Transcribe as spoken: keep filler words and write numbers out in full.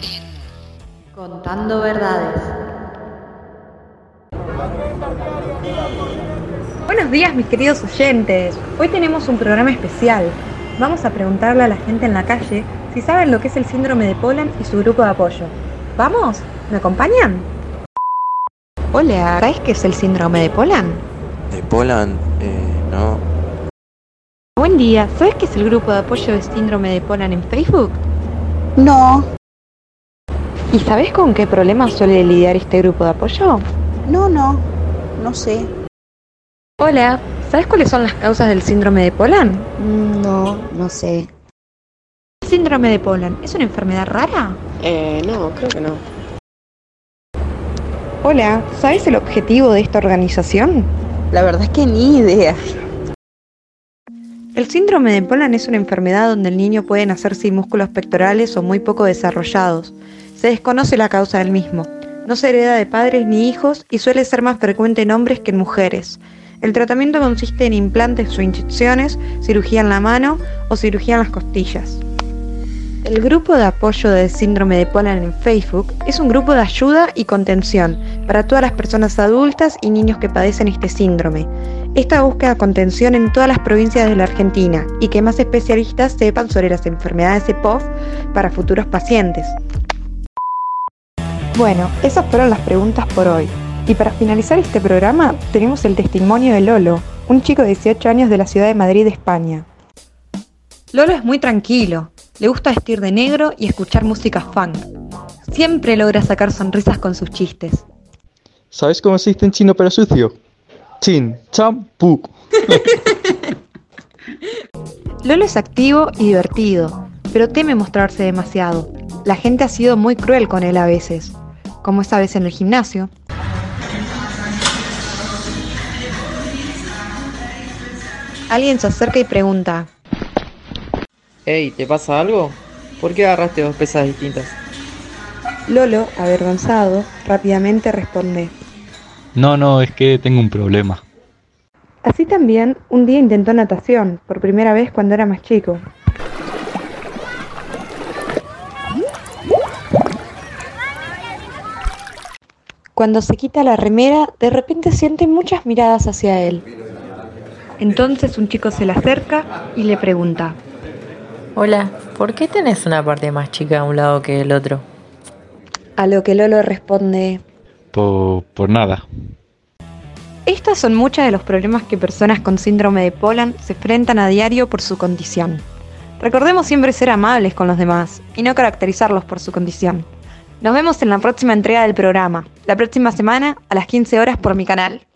Contando verdades. Buenos días, mis queridos oyentes. Hoy tenemos un programa especial. Vamos a preguntarle a la gente en la calle si saben lo que es el síndrome de Poland y su grupo de apoyo. ¿Vamos? ¿Me acompañan? Hola, ¿sabes qué es el síndrome de Poland? De Poland, eh, no. Buen día, ¿sabes qué es el grupo de apoyo de síndrome de Poland en Facebook? No, ¿Y sabes con qué problemas suele lidiar este grupo de apoyo? no, no, no sé. Hola, ¿sabes cuáles son las causas del síndrome de Poland? Mm, No, no sé. ¿El síndrome de Poland es una enfermedad rara? Eh, no, creo que no. Hola, ¿sabes el objetivo de esta organización? La verdad es que ni idea. El síndrome de Poland es una enfermedad donde el niño puede nacer sin músculos pectorales o muy poco desarrollados. Se desconoce la causa del mismo. No se hereda de padres ni hijos y suele ser más frecuente en hombres que en mujeres. El tratamiento consiste en implantes o inyecciones, cirugía en la mano o cirugía en las costillas. El grupo de apoyo del síndrome de Poland en Facebook es un grupo de ayuda y contención para todas las personas adultas y niños que padecen este síndrome. Esta busca contención en todas las provincias de la Argentina y que más especialistas sepan sobre las enfermedades E P O F para futuros pacientes. Bueno, esas fueron las preguntas por hoy. Y para finalizar este programa, tenemos el testimonio de Lolo, un chico de dieciocho años de la ciudad de Madrid, España. Lolo es muy tranquilo, le gusta vestir de negro y escuchar música funk. Siempre logra sacar sonrisas con sus chistes. ¿Sabes cómo se dice en chino pero sucio? Chin, cham, pu. Lolo es activo y divertido, pero teme mostrarse demasiado. La gente ha sido muy cruel con él a veces, como esa vez en el gimnasio. Alguien se acerca y pregunta: Hey, ¿te pasa algo? ¿Por qué agarraste dos pesas distintas? Lolo, avergonzado, rápidamente responde: No, no, es que tengo un problema. Así también, un día intentó natación, por primera vez cuando era más chico. Cuando se quita la remera, de repente siente muchas miradas hacia él. Entonces un chico se le acerca y le pregunta: Hola, ¿por qué tenés una parte más chica a un lado que el otro? A lo que Lolo responde: Por, por nada. Estas son muchos de los problemas que personas con síndrome de Poland se enfrentan a diario por su condición. Recordemos siempre ser amables con los demás y no caracterizarlos por su condición. Nos vemos en la próxima entrega del programa, la próxima semana a las quince horas por mi canal.